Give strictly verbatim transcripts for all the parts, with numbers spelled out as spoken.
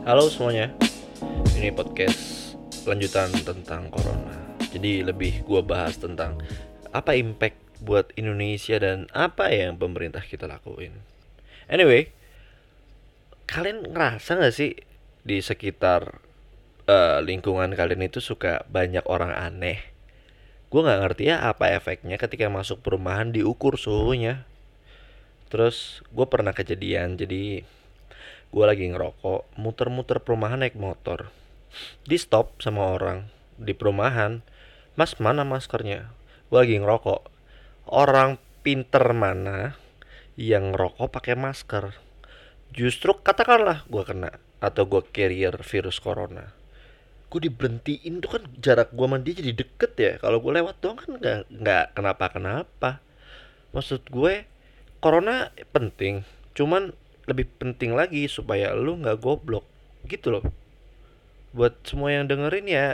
Halo semuanya, ini podcast lanjutan tentang corona. Jadi lebih gua bahas tentang apa impact buat Indonesia dan apa yang pemerintah kita lakuin. Anyway, kalian ngerasa gak sih di sekitar eh, lingkungan kalian itu suka banyak orang aneh? Gue nggak ngerti ya apa efeknya ketika masuk perumahan diukur suhunya. Terus gue pernah kejadian, jadi gue lagi ngerokok, muter-muter perumahan naik motor. Di stop sama orang di perumahan, mas mana maskernya? Gue lagi ngerokok. Orang pinter mana yang ngerokok pakai masker? Justru katakanlah gue kena atau gue carrier virus corona, gue diberhentiin tuh kan, jarak gue sama dia jadi deket ya. Kalau gue lewat doang kan nggak nggak kenapa kenapa. Maksud gue, corona penting, cuman lebih penting lagi supaya lu nggak goblok gitu loh. Buat semua yang dengerin ya,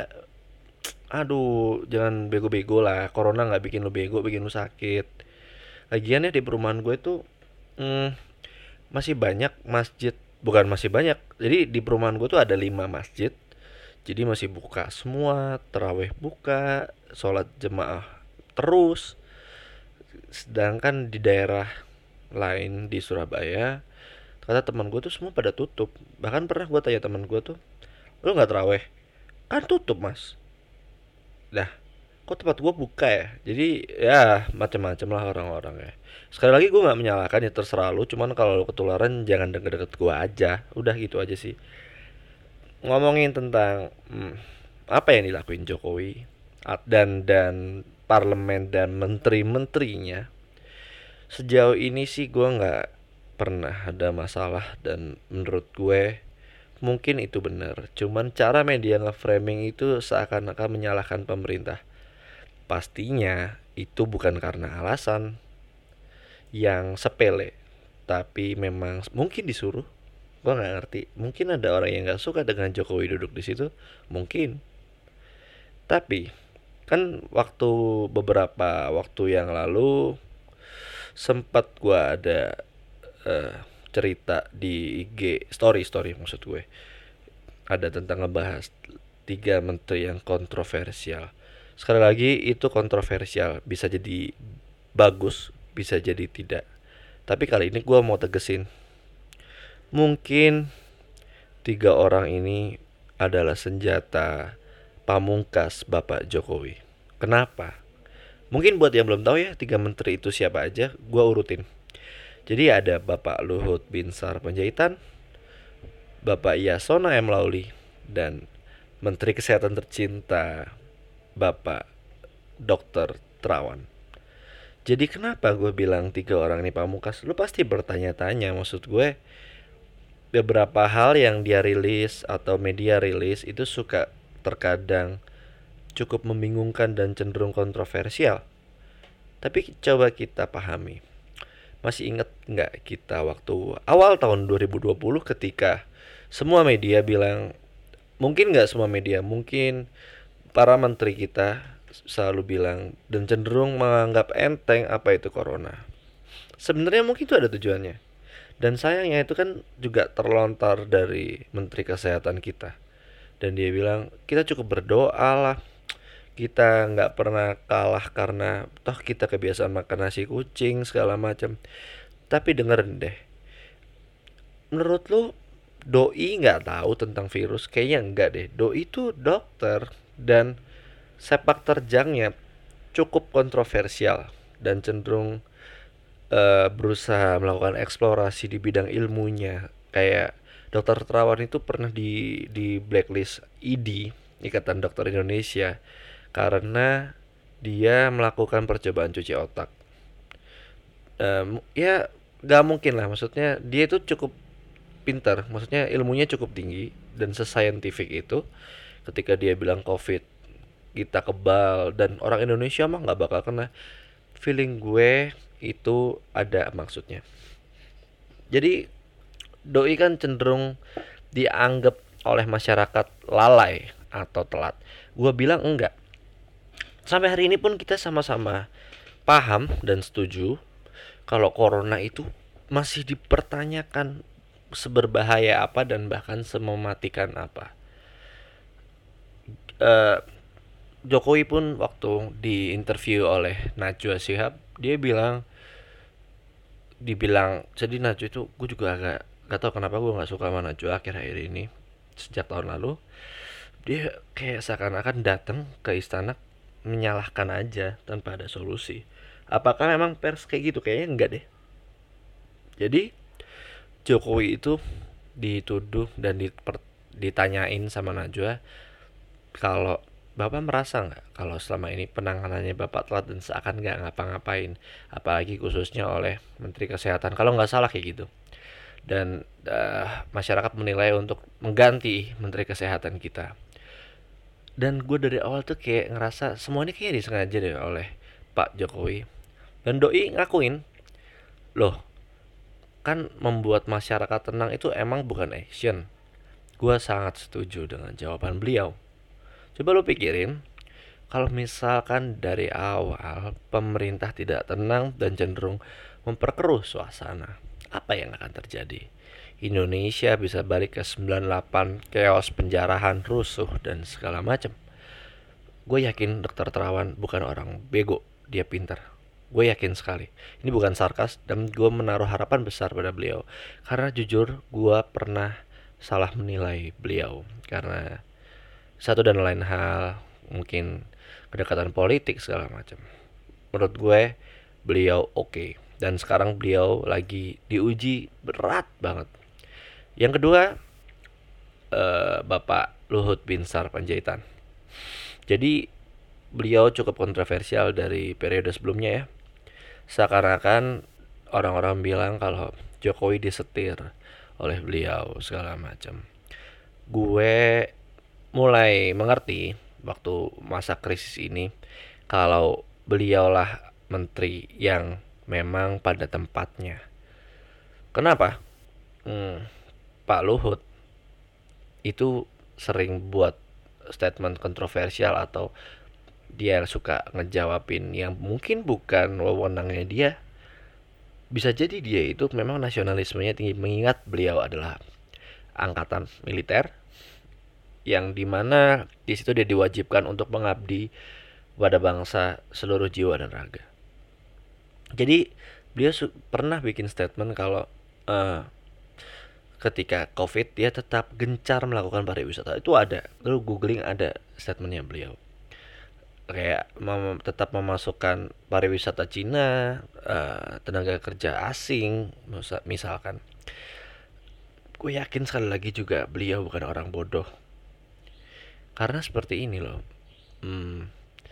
aduh jangan bego-bego lah. Corona nggak bikin lu bego, bikin lu sakit. Lagian ya di perumahan gue tuh hmm, masih banyak masjid. Bukan masih banyak, jadi di perumahan gue tuh ada lima masjid. Jadi masih buka semua, terawih buka, sholat jemaah terus. Sedangkan di daerah lain di Surabaya, kata teman gue tuh semua pada tutup. Bahkan pernah gue tanya teman gue tuh, lu nggak terawih? Kan tutup mas. Dah, kok tempat gue buka ya? Jadi ya macam-macam lah orang-orang ya. Sekali lagi gue nggak menyalahkan, ya terserah lu. Cuman kalau lu ketularan jangan deket-deket gue aja. Udah gitu aja sih. Ngomongin tentang hmm, apa yang dilakuin Jokowi dan dan parlemen dan menteri-menterinya, sejauh ini sih gue nggak pernah ada masalah, dan menurut gue mungkin itu benar. Cuman cara media nge-framing itu seakan-akan menyalahkan pemerintah. Pastinya itu bukan karena alasan yang sepele, tapi memang mungkin disuruh. Gue nggak ngerti. Mungkin ada orang yang nggak suka dengan Jokowi duduk di situ. Mungkin. Tapi kan waktu beberapa waktu yang lalu sempat gue ada eh, cerita di I G story story maksud gue, ada tentang ngebahas tiga menteri yang kontroversial. Sekali lagi itu kontroversial, bisa jadi bagus, bisa jadi tidak. Tapi kali ini gue mau tegesin, mungkin tiga orang ini adalah senjata pamungkas Bapak Jokowi. Kenapa? Mungkin buat yang belum tahu ya, tiga menteri itu siapa aja, gue urutin. Jadi ada Bapak Luhut Binsar Panjaitan, Bapak Yasona M. Lauli, dan Menteri Kesehatan tercinta Bapak Dokter Terawan. Jadi kenapa gue bilang tiga orang ini pamungkas? Lu pasti bertanya-tanya, maksud gue beberapa hal yang dia rilis atau media rilis itu suka terkadang cukup membingungkan dan cenderung kontroversial. Tapi coba kita pahami. Masih ingat nggak kita waktu awal tahun dua ribu dua puluh ketika semua media bilang, mungkin nggak semua media, mungkin para menteri kita selalu bilang dan cenderung menganggap enteng apa itu corona. Sebenarnya mungkin itu ada tujuannya. Dan sayangnya itu kan juga terlontar dari Menteri Kesehatan kita. Dan dia bilang, kita cukup berdoa lah, kita nggak pernah kalah karena toh kita kebiasaan makan nasi kucing segala macam. Tapi dengerin deh, menurut lu doi nggak tahu tentang virus? Kayaknya enggak deh. Doi itu dokter dan sepak terjangnya cukup kontroversial dan cenderung uh, berusaha melakukan eksplorasi di bidang ilmunya. Kayak dokter Terawan itu pernah di di blacklist I D, Ikatan Dokter Indonesia, karena dia melakukan percobaan cuci otak. Um, ya gak mungkin lah, maksudnya dia itu cukup pintar, maksudnya ilmunya cukup tinggi dan sescientific itu. Ketika dia bilang COVID kita kebal dan orang Indonesia mah nggak bakal kena, feeling gue itu ada maksudnya. Jadi doi kan cenderung dianggap oleh masyarakat lalai atau telat. Gue bilang enggak. Sampai hari ini pun kita sama-sama paham dan setuju kalau corona itu masih dipertanyakan seberbahaya apa dan bahkan semematikan apa. uh, Jokowi pun waktu diinterview oleh Najwa Shihab, dia bilang dibilang jadi Najwa itu, gue juga agak gak tau kenapa gue nggak suka sama Najwa akhir-akhir ini sejak tahun lalu. Dia kayak seakan-akan datang ke istana menyalahkan aja tanpa ada solusi. Apakah memang pers kayak gitu? Kayaknya enggak deh. Jadi Jokowi itu dituduh dan diper, ditanyain sama Najwa kalau Bapak merasa nggak kalau selama ini penanganannya Bapak telat dan seakan nggak ngapa-ngapain, apalagi khususnya oleh Menteri Kesehatan, kalau nggak salah kayak gitu. Dan uh, masyarakat menilai untuk mengganti Menteri Kesehatan kita. Dan gue dari awal tuh kayak ngerasa semua ini kayaknya disengaja deh oleh Pak Jokowi. Dan Doi ngakuin, loh kan membuat masyarakat tenang itu emang bukan action. Gue sangat setuju dengan jawaban beliau. Coba lo pikirin, kalau misalkan dari awal pemerintah tidak tenang dan cenderung memperkeruh suasana, apa yang akan terjadi? Indonesia bisa balik ke sembilan puluh delapan, chaos, penjarahan, rusuh, dan segala macam. Gue yakin dokter Terawan bukan orang bego, dia pintar. Gue yakin sekali. Ini bukan sarkas dan gue menaruh harapan besar pada beliau. Karena jujur, gue pernah salah menilai beliau. Karena satu dan lain hal, mungkin kedekatan politik segala macam. Menurut gue beliau oke okay. Dan sekarang beliau lagi diuji berat banget. Yang kedua, eh, Bapak Luhut Binsar Panjaitan. Jadi beliau cukup kontroversial dari periode sebelumnya ya. Seakan-akan orang-orang bilang kalau Jokowi disetir oleh beliau segala macam. Gue mulai mengerti waktu masa krisis ini kalau beliaulah menteri yang memang pada tempatnya. Kenapa? Hmm, Pak Luhut itu sering buat statement kontroversial atau dia suka ngejawabin yang mungkin bukan wewenangnya dia. Bisa jadi dia itu memang nasionalismenya tinggi, mengingat beliau adalah angkatan militer yang dimana di situ dia diwajibkan untuk mengabdi pada bangsa seluruh jiwa dan raga. Jadi beliau su- pernah bikin statement kalau uh, ketika COVID dia tetap gencar melakukan pariwisata. Itu ada, lu googling ada statementnya beliau. Kayak mem- tetap memasukkan pariwisata Cina, uh, tenaga kerja asing, misalkan. Gue yakin sekali lagi juga beliau bukan orang bodoh. Karena seperti ini loh, hmm,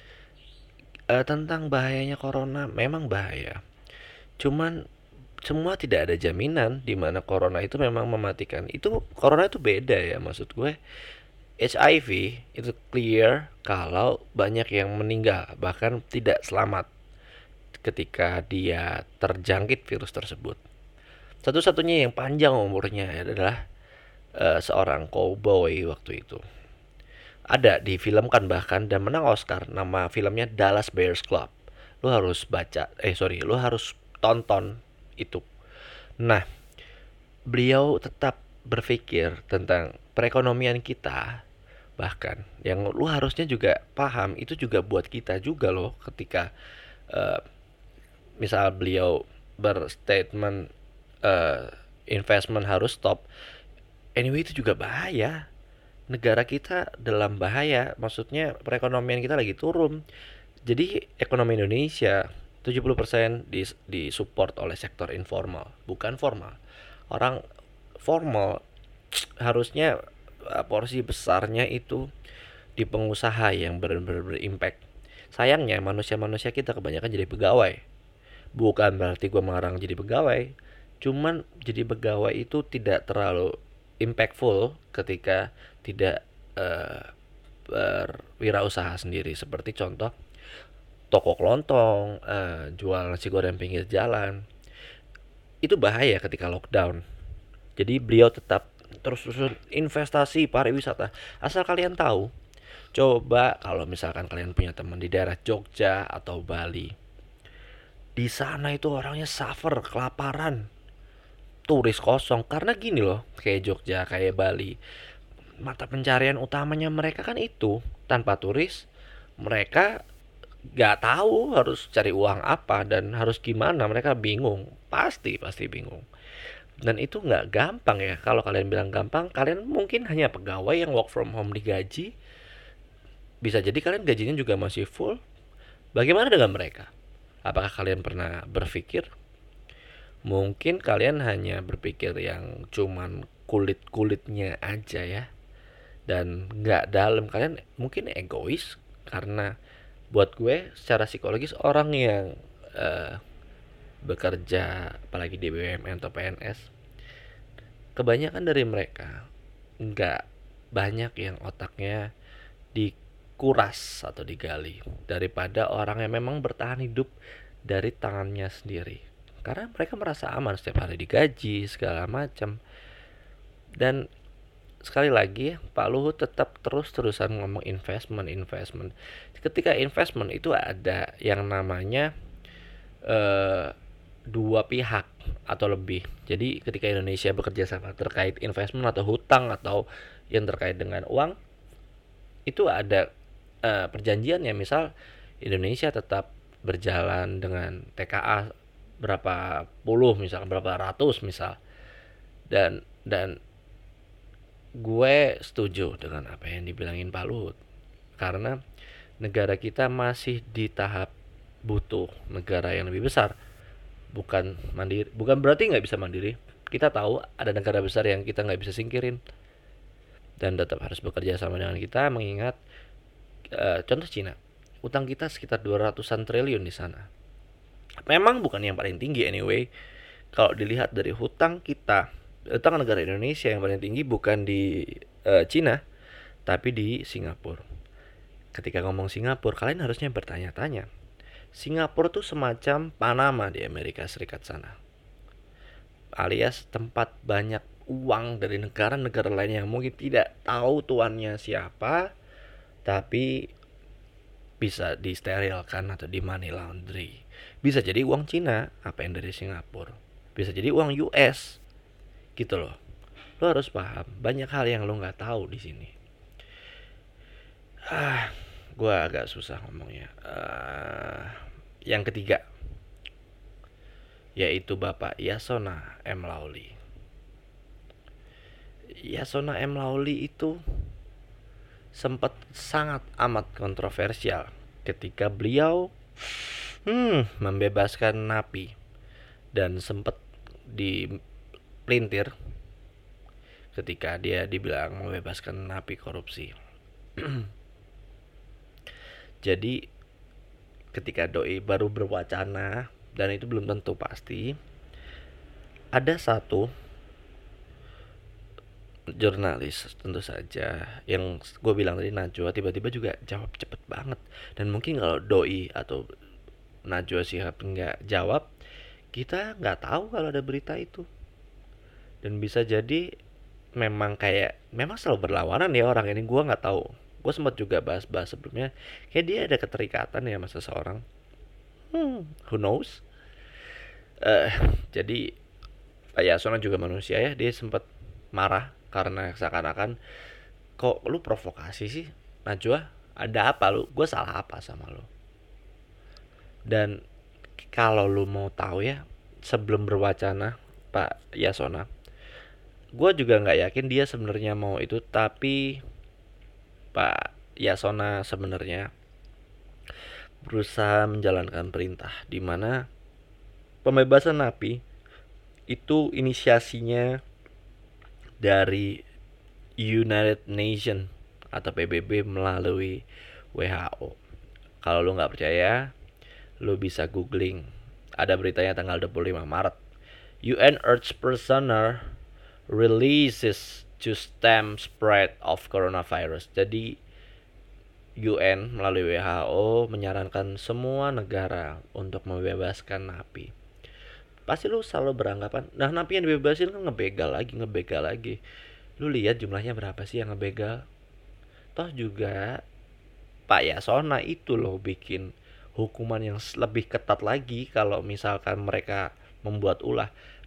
uh, tentang bahayanya corona memang bahaya. Cuman semua tidak ada jaminan di mana corona itu memang mematikan. Itu corona itu beda ya, maksud gue. H I V itu clear kalau banyak yang meninggal bahkan tidak selamat ketika dia terjangkit virus tersebut. Satu-satunya yang panjang umurnya adalah uh, seorang cowboy waktu itu. Ada difilmkan bahkan dan menang Oscar, nama filmnya Dallas Buyers Club. Lu harus baca, eh sorry, lu harus tonton itu. Nah, beliau tetap berpikir tentang perekonomian kita. Bahkan yang lu harusnya juga paham, itu juga buat kita juga loh. Ketika uh, misal beliau berstatement uh, investment harus stop, anyway itu juga bahaya. Negara kita dalam bahaya, maksudnya perekonomian kita lagi turun. Jadi ekonomi Indonesia tujuh puluh persen dis, disupport oleh sektor informal, bukan formal. Orang formal harusnya porsi besarnya itu di pengusaha yang benar-benar berimpact. Sayangnya manusia-manusia kita kebanyakan jadi pegawai. Bukan berarti gue melarang jadi pegawai, cuman jadi pegawai itu tidak terlalu impactful ketika tidak uh, berwirausaha sendiri. Seperti contoh toko kelontong, uh, jual nasi goreng pinggir jalan. Itu bahaya ketika lockdown. Jadi beliau tetap terus-terusan investasi pariwisata. Asal kalian tahu, coba kalau misalkan kalian punya teman di daerah Jogja atau Bali, di sana itu orangnya suffer, kelaparan, turis kosong. Karena gini loh, kayak Jogja, kayak Bali, mata pencarian utamanya mereka kan itu. Tanpa turis mereka gak tahu harus cari uang apa dan harus gimana. Mereka bingung, pasti pasti bingung. Dan itu nggak gampang ya. Kalau kalian bilang gampang, kalian mungkin hanya pegawai yang work from home digaji. Bisa jadi kalian gajinya juga masih full. Bagaimana dengan mereka? Apakah kalian pernah berpikir? Mungkin kalian hanya berpikir yang cuman kulit-kulitnya aja ya, dan nggak dalam. Kalian mungkin egois, karena buat gue secara psikologis orang yang eh, bekerja apalagi di B U M N atau P N S, kebanyakan dari mereka nggak banyak yang otaknya dikuras atau digali daripada orang yang memang bertahan hidup dari tangannya sendiri, karena mereka merasa aman setiap hari digaji segala macam. Dan sekali lagi Pak Luhut tetap terus-terusan ngomong investment investment. Ketika investment itu ada yang namanya eh, dua pihak atau lebih. Jadi ketika Indonesia bekerja sama terkait investment atau hutang atau yang terkait dengan uang, itu ada uh, perjanjiannya. Misal Indonesia tetap berjalan dengan T K A berapa puluh, misal berapa ratus misal. Dan dan gue setuju dengan apa yang dibilangin Pak Luhut, karena negara kita masih di tahap butuh negara yang lebih besar. Bukan mandiri, bukan berarti nggak bisa mandiri. Kita tahu ada negara besar yang kita nggak bisa singkirin dan tetap harus bekerja sama dengan kita. Mengingat uh, contoh Cina, utang kita sekitar dua ratusan triliun di sana. Memang bukan yang paling tinggi anyway. Kalau dilihat dari hutang kita, utang negara Indonesia yang paling tinggi bukan di uh, Cina, tapi di Singapura. Ketika ngomong Singapura, kalian harusnya bertanya-tanya, Singapura tuh semacam Panama di Amerika Serikat sana, alias tempat banyak uang dari negara-negara lain yang mungkin tidak tahu tuannya siapa, tapi bisa disterilkan atau di money laundry. Bisa jadi uang Cina, apa yang dari Singapura, bisa jadi uang U S, gitu loh. Lo harus paham, banyak hal yang lo nggak tahu di sini. Ah, gue agak susah ngomongnya. Uh, yang ketiga, yaitu Bapak Yasona M. Lawli. Yasona M. Lawli itu sempat sangat amat kontroversial ketika beliau hmm, membebaskan napi dan sempat dipelintir ketika dia dibilang membebaskan napi korupsi. Jadi ketika doi baru berwacana, dan itu belum tentu pasti, ada satu jurnalis tentu saja yang gue bilang tadi, Najwa, tiba-tiba juga jawab cepet banget. Dan mungkin kalau doi atau Najwa Shihab nggak jawab, kita nggak tahu kalau ada berita itu. Dan bisa jadi memang kayak memang selalu berlawanan ya orang ini. Gue nggak tahu. Gue sempat juga bahas-bahas sebelumnya, kayak dia ada keterikatan ya sama seseorang. Hmm, who knows? Uh, jadi Pak Yasona juga manusia ya. Dia sempat marah karena seakan-akan, kok lu provokasi sih Najwa? Ada apa lu? Gue salah apa sama lu? Dan kalau lu mau tahu ya, sebelum berwacana Pak Yasona, gue juga nggak yakin dia sebenarnya mau itu. Tapi Pak Yasona sebenarnya berusaha menjalankan perintah, di mana pembebasan napi itu inisiasinya dari United Nations atau P B B melalui W H O. Kalau lu nggak percaya, lu bisa googling. Ada beritanya tanggal dua puluh lima Maret. U N urges prisoner releases to stem spread of coronavirus. Jadi U N melalui W H O menyarankan semua negara untuk membebaskan napi. Pasti lu selalu beranggapan, nah napi yang dibebasin kan ngebegal lagi, ngebegal lagi. Lu lihat jumlahnya berapa sih yang ngebegal? Toh juga Pak Yasona itu loh bikin hukuman yang lebih ketat lagi kalau misalkan mereka membuat ulah.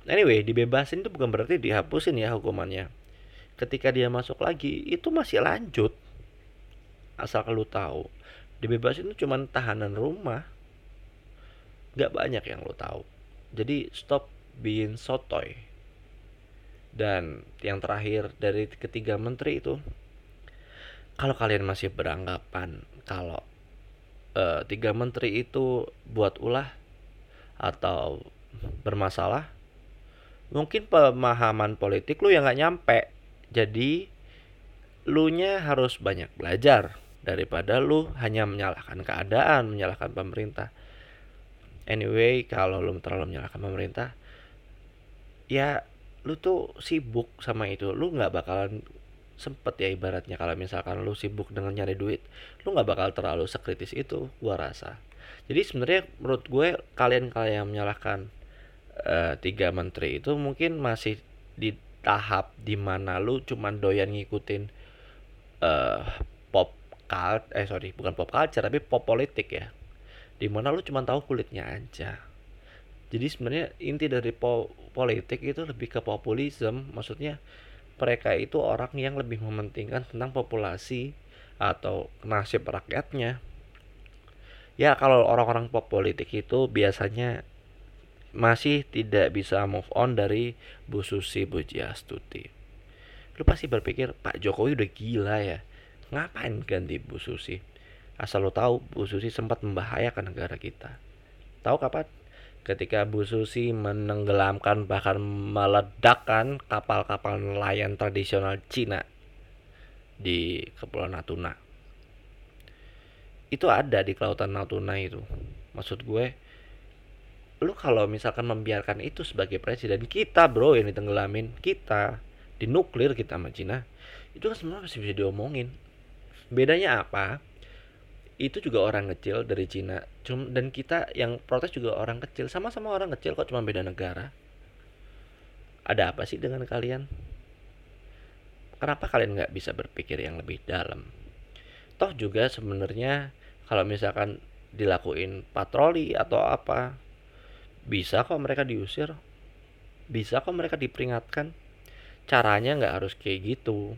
Anyway, dibebasin itu bukan berarti dihapusin ya hukumannya. Ketika dia masuk lagi itu masih lanjut. Asal lu tahu, dibebasin itu cuman tahanan rumah. Gak banyak yang lu tahu. Jadi stop being sotoy. Dan yang terakhir dari ketiga menteri itu, kalau kalian masih beranggapan kalau uh, tiga menteri itu buat ulah atau bermasalah, mungkin pemahaman politik lu yang nggak nyampe. Jadi lu nya harus banyak belajar daripada lu hanya menyalahkan keadaan, menyalahkan pemerintah. Anyway, kalau lu terlalu menyalahkan pemerintah, ya lu tuh sibuk sama itu, lu nggak bakalan sempet ya, ibaratnya kalau misalkan lu sibuk dengan nyari duit, lu nggak bakal terlalu sekritis itu, gua rasa. Jadi sebenarnya menurut gue, kalian-kalian yang menyalahkan uh, tiga menteri itu mungkin masih di tahap dimana lu cuman doyan ngikutin uh, pop cult eh sorry bukan pop culture tapi pop politik ya, dimana lu cuman tahu kulitnya aja. Jadi sebenarnya inti dari po- politik itu lebih ke populisme. Maksudnya mereka itu orang yang lebih mementingkan tentang populasi atau nasib rakyatnya. Ya kalau orang-orang pop politik itu biasanya masih tidak bisa move on dari Bu Susi Pujiastuti. Lu pasti berpikir Pak Jokowi udah gila ya, ngapain ganti Bu Susi? Asal lo tahu, Bu Susi sempat membahayakan negara kita. Tahu kapan? Ketika Bu Susi menenggelamkan bahkan meledakkan kapal-kapal nelayan tradisional Cina di Kepulauan Natuna. Itu ada di Kelautan Natuna itu. Maksud gue, lu kalau misalkan membiarkan itu sebagai presiden kita, bro, yang ditenggelamin kita, di nuklir kita sama Cina, itu kan sebenarnya masih bisa diomongin. Bedanya apa? Itu juga orang kecil dari Cina, Cum, dan kita yang protes juga orang kecil, sama-sama orang kecil kok, cuma beda negara. Ada apa sih dengan kalian? Kenapa kalian nggak bisa berpikir yang lebih dalam? Toh juga sebenarnya kalau misalkan dilakuin patroli atau apa, bisa kok mereka diusir, bisa kok mereka diperingatkan. Caranya nggak harus kayak gitu.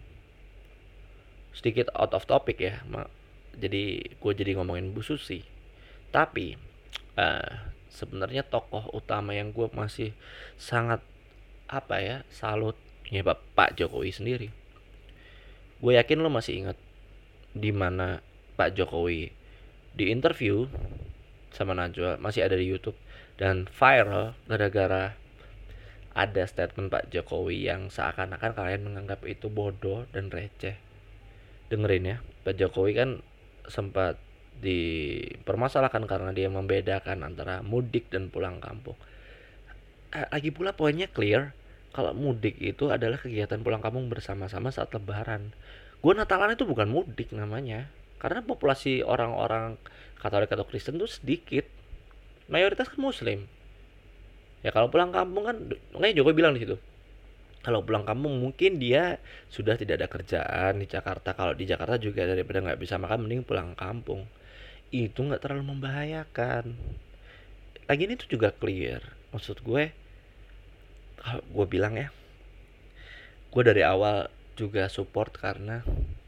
Sedikit out of topic ya, jadi gue jadi ngomongin Bu Susi. Tapi uh, sebenarnya tokoh utama yang gue masih sangat apa ya salut ya Pak Jokowi sendiri. Gue yakin lo masih ingat di mana Pak Jokowi di interview sama Najwa, masih ada di YouTube dan viral gara-gara ada statement Pak Jokowi yang seakan-akan kalian menganggap itu bodoh dan receh. Dengerin ya, Pak Jokowi kan sempat dipermasalahkan karena dia membedakan antara mudik dan pulang kampung. Lagi pula poinnya clear, kalau mudik itu adalah kegiatan pulang kampung bersama-sama saat lebaran. Gue Natalan itu bukan mudik namanya, karena populasi orang-orang Katolik atau Kristen tuh sedikit, mayoritas kan Muslim. Ya kalau pulang kampung kan, makanya Jokowi bilang di situ, kalau pulang kampung mungkin dia sudah tidak ada kerjaan di Jakarta. Kalau di Jakarta juga daripada nggak bisa makan, mending pulang kampung. Itu nggak terlalu membahayakan. Lagian itu juga clear. Maksud gue, kalau gue bilang ya, gue dari awal juga support karena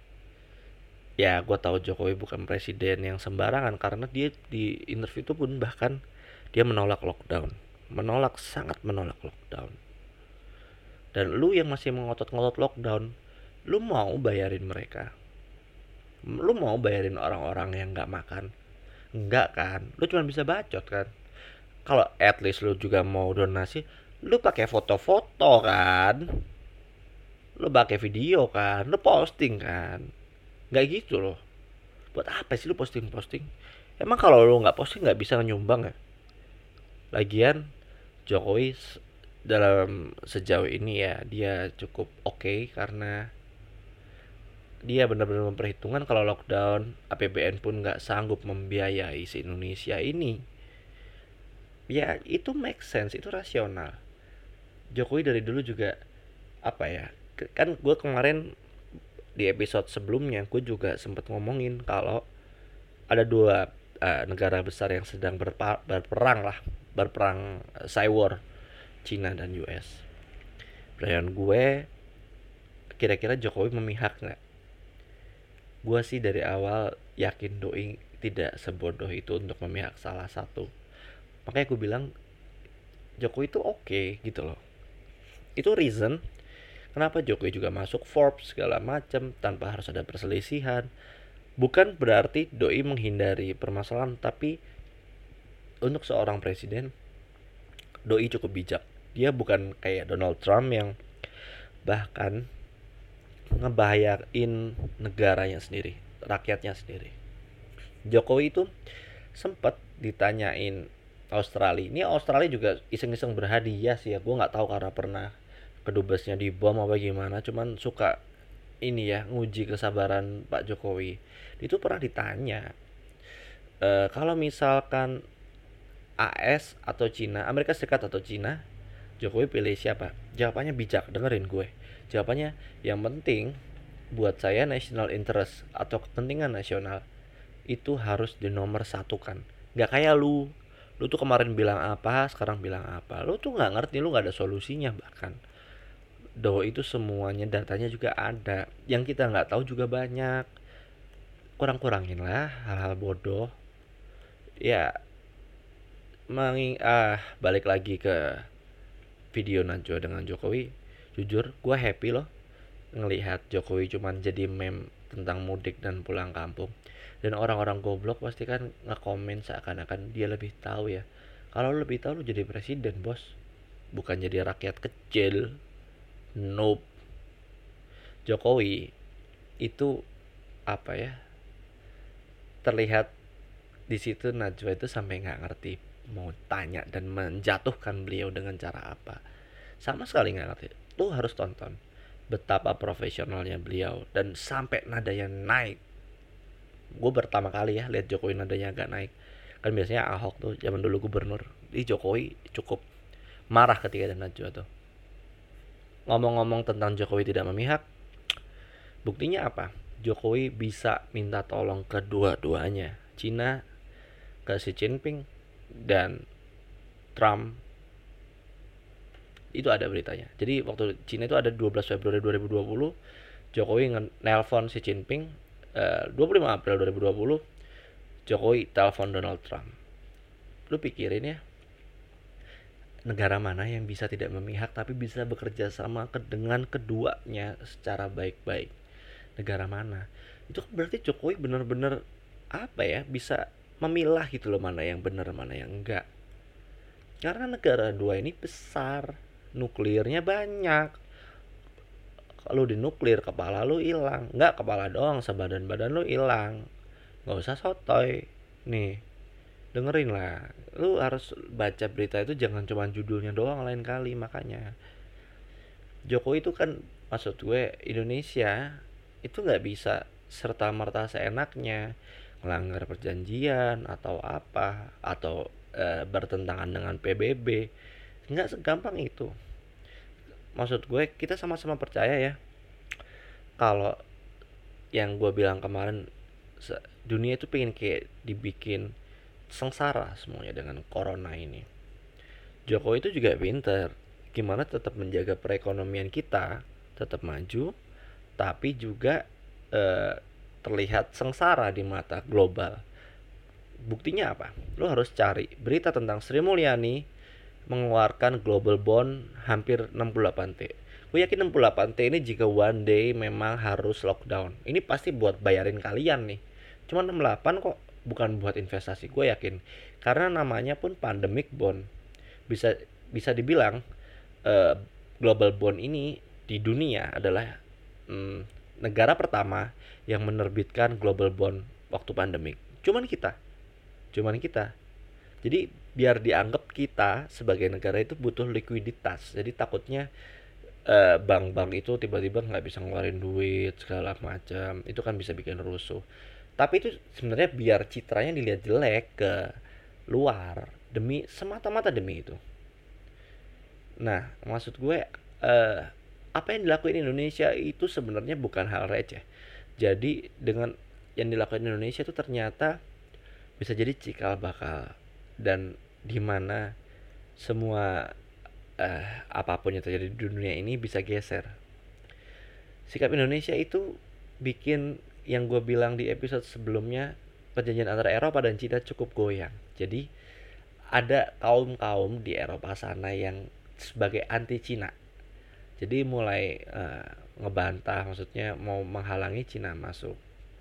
ya gue tahu Jokowi bukan presiden yang sembarangan, karena dia di interview itu pun bahkan dia menolak lockdown, menolak sangat menolak lockdown. Dan lu yang masih mengotot-ngotot lockdown, lu mau bayarin mereka? Lu mau bayarin orang-orang yang nggak makan? Enggak kan? Lu cuma bisa bacot kan? Kalau at least lu juga mau donasi, lu pakai foto-foto kan? Lu pakai video kan? Lu posting kan? Nggak gitu loh. Buat apa sih lu posting-posting? Emang kalau lu nggak posting nggak bisa nyumbang ya? Lagian Jokowi dalam sejauh ini ya dia cukup oke okay, karena dia benar-benar memperhitungkan kalau lockdown A P B N pun nggak sanggup membiayai se Indonesia ini. Ya itu make sense, itu rasional. Jokowi dari dulu juga apa ya, kan gue kemarin di episode sebelumnya gue juga sempat ngomongin kalau ada dua uh, negara besar yang sedang berpa- berperang lah, berperang uh, cyber, Cina dan U S. Pertanyaan gue, kira-kira Jokowi memihak nggak? Gue sih dari awal yakin doi tidak sebodoh itu untuk memihak salah satu. Makanya gue bilang Jokowi itu oke okay, gitu loh. Itu reason kenapa Jokowi juga masuk Forbes segala macam tanpa harus ada perselisihan. Bukan berarti doi menghindari permasalahan, tapi untuk seorang presiden doi cukup bijak. Dia bukan kayak Donald Trump yang bahkan ngebahayain negaranya sendiri, rakyatnya sendiri. Jokowi itu sempat ditanyain Australia. Ini Australia juga iseng-iseng berhadiah sih ya. Gue nggak tahu karena pernah kedubesnya dibom apa gimana. Cuman suka ini ya nguji kesabaran Pak Jokowi. Itu pernah ditanya e, kalau misalkan A S atau Cina, Amerika Serikat atau Cina, Jokowi pilih siapa? Jawabannya bijak, dengerin gue. Jawabannya yang penting buat saya national interest atau kepentingan nasional itu harus dinomor satukan. Gak kayak lu, lu tuh kemarin bilang apa, sekarang bilang apa. Lu tuh nggak ngerti, lu nggak ada solusinya bahkan. Do itu semuanya datanya juga ada. Yang kita nggak tahu juga banyak. Kurang-kurangin lah hal-hal bodoh. Ya, menging ah balik lagi ke video Najwa dengan Jokowi. Jujur, gue happy loh ngelihat Jokowi cuman jadi meme tentang mudik dan pulang kampung. Dan orang-orang goblok pasti kan nge-komen seakan-akan dia lebih tahu ya. Kalau lebih tahu lu jadi presiden, bos. Bukan jadi rakyat kecil. Nope. Jokowi itu apa ya? Terlihat di situ Najwa itu sampai nggak ngerti mau tanya dan menjatuhkan beliau dengan cara apa. Sama sekali nggak ngerti. Lu harus tonton betapa profesionalnya beliau dan sampai nadanya naik. Gue pertama kali ya lihat Jokowi nadanya agak naik. Kan biasanya Ahok tuh zaman dulu gubernur. Di Jokowi cukup marah ketika ada Najwa tuh. Ngomong-ngomong tentang Jokowi tidak memihak, buktinya apa? Jokowi bisa minta tolong kedua-duanya, Cina ke Xi Jinping dan Trump. Itu ada beritanya. Jadi waktu Cina itu ada dua belas Februari dua ribu dua puluh, Jokowi nelpon Xi Jinping. uh, dua puluh lima April dua ribu dua puluh Jokowi telepon Donald Trump. Lu pikirin ya, negara mana yang bisa tidak memihak tapi bisa bekerja sama dengan keduanya secara baik-baik? Negara mana? Itu kan berarti Jokowi benar-benar apa ya, bisa memilah gitu loh mana yang benar mana yang enggak. Karena negara dua ini besar, nuklirnya banyak. Kalau di nuklir kepala lu hilang, nggak kepala doang, sebadan-badan lu hilang. Nggak usah sotoy. Nih, dengerin lah. Lu harus baca berita itu jangan cuma judulnya doang lain kali. Makanya Jokowi itu kan, maksud gue Indonesia itu nggak bisa serta merta seenaknya melanggar perjanjian atau apa atau e, bertentangan dengan P B B. Nggak segampang itu. Maksud gue kita sama-sama percaya ya kalau yang gue bilang kemarin, dunia itu pengen kayak dibikin sengsara semuanya dengan corona ini. Jokowi itu juga pinter gimana tetap menjaga perekonomian kita tetap maju tapi juga eh, terlihat sengsara di mata global. Buktinya apa? Lo harus cari berita tentang Sri Mulyani mengeluarkan global bond hampir enam puluh delapan T. Gue yakin enam puluh delapan T ini jika one day memang harus lockdown, ini pasti buat bayarin kalian nih. Cuma enam puluh delapan kok, bukan buat investasi, gue yakin. Karena namanya pun pandemic bond. Bisa bisa dibilang uh, global bond ini di dunia adalah um, negara pertama yang menerbitkan global bond waktu pandemik. Cuman kita. Cuman kita. Jadi biar dianggap kita sebagai negara itu butuh likuiditas. Jadi takutnya eh, bank-bank itu tiba-tiba nggak bisa ngeluarin duit segala macam. Itu kan bisa bikin rusuh. Tapi itu sebenarnya biar citranya dilihat jelek ke luar demi semata-mata demi itu. Nah, maksud gue eh, apa yang dilakuin Indonesia itu sebenarnya bukan hal receh. Jadi dengan yang dilakukan Indonesia itu ternyata bisa jadi cikal bakal dan di mana semua uh, apapun yang terjadi di dunia ini bisa geser. Sikap Indonesia itu bikin yang gue bilang di episode sebelumnya, perjanjian antara Eropa dan Cina cukup goyang. Jadi ada kaum-kaum di Eropa sana yang sebagai anti Cina. Jadi mulai uh, ngebantah, maksudnya mau menghalangi Cina masuk.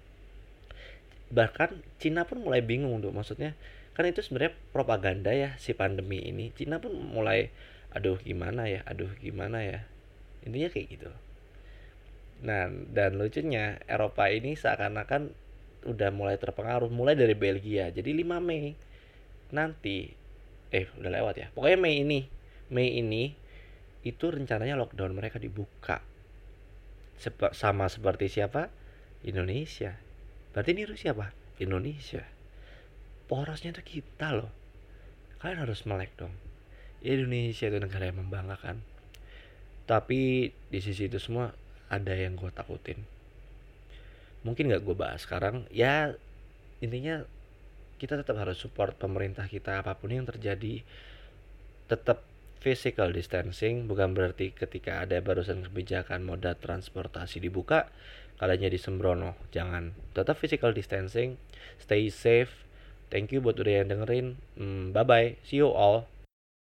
Bahkan Cina pun mulai bingung tuh, maksudnya kan itu sebenarnya propaganda ya si pandemi ini. Cina pun mulai aduh gimana ya, aduh gimana ya. Intinya kayak gitu. Nah, dan lucunya Eropa ini seakan-akan udah mulai terpengaruh mulai dari Belgia. Jadi lima Mei nanti eh udah lewat ya. Pokoknya Mei ini, Mei ini itu rencananya lockdown mereka dibuka. Sep- sama seperti siapa? Indonesia. Berarti ini Rusia apa? Indonesia. Porosnya tuh kita loh. Kalian harus melek dong. Indonesia itu negara yang membanggakan. Tapi di sisi itu semua ada yang gue takutin. Mungkin gak gue bahas sekarang. Ya intinya kita tetap harus support pemerintah kita apapun yang terjadi. Tetap physical distancing. Bukan berarti ketika ada barusan kebijakan moda transportasi dibuka kalian jadi sembrono. Jangan. Tetap physical distancing. Stay safe. Thank you buat udah yang dengerin. hmm, Bye bye. See you all.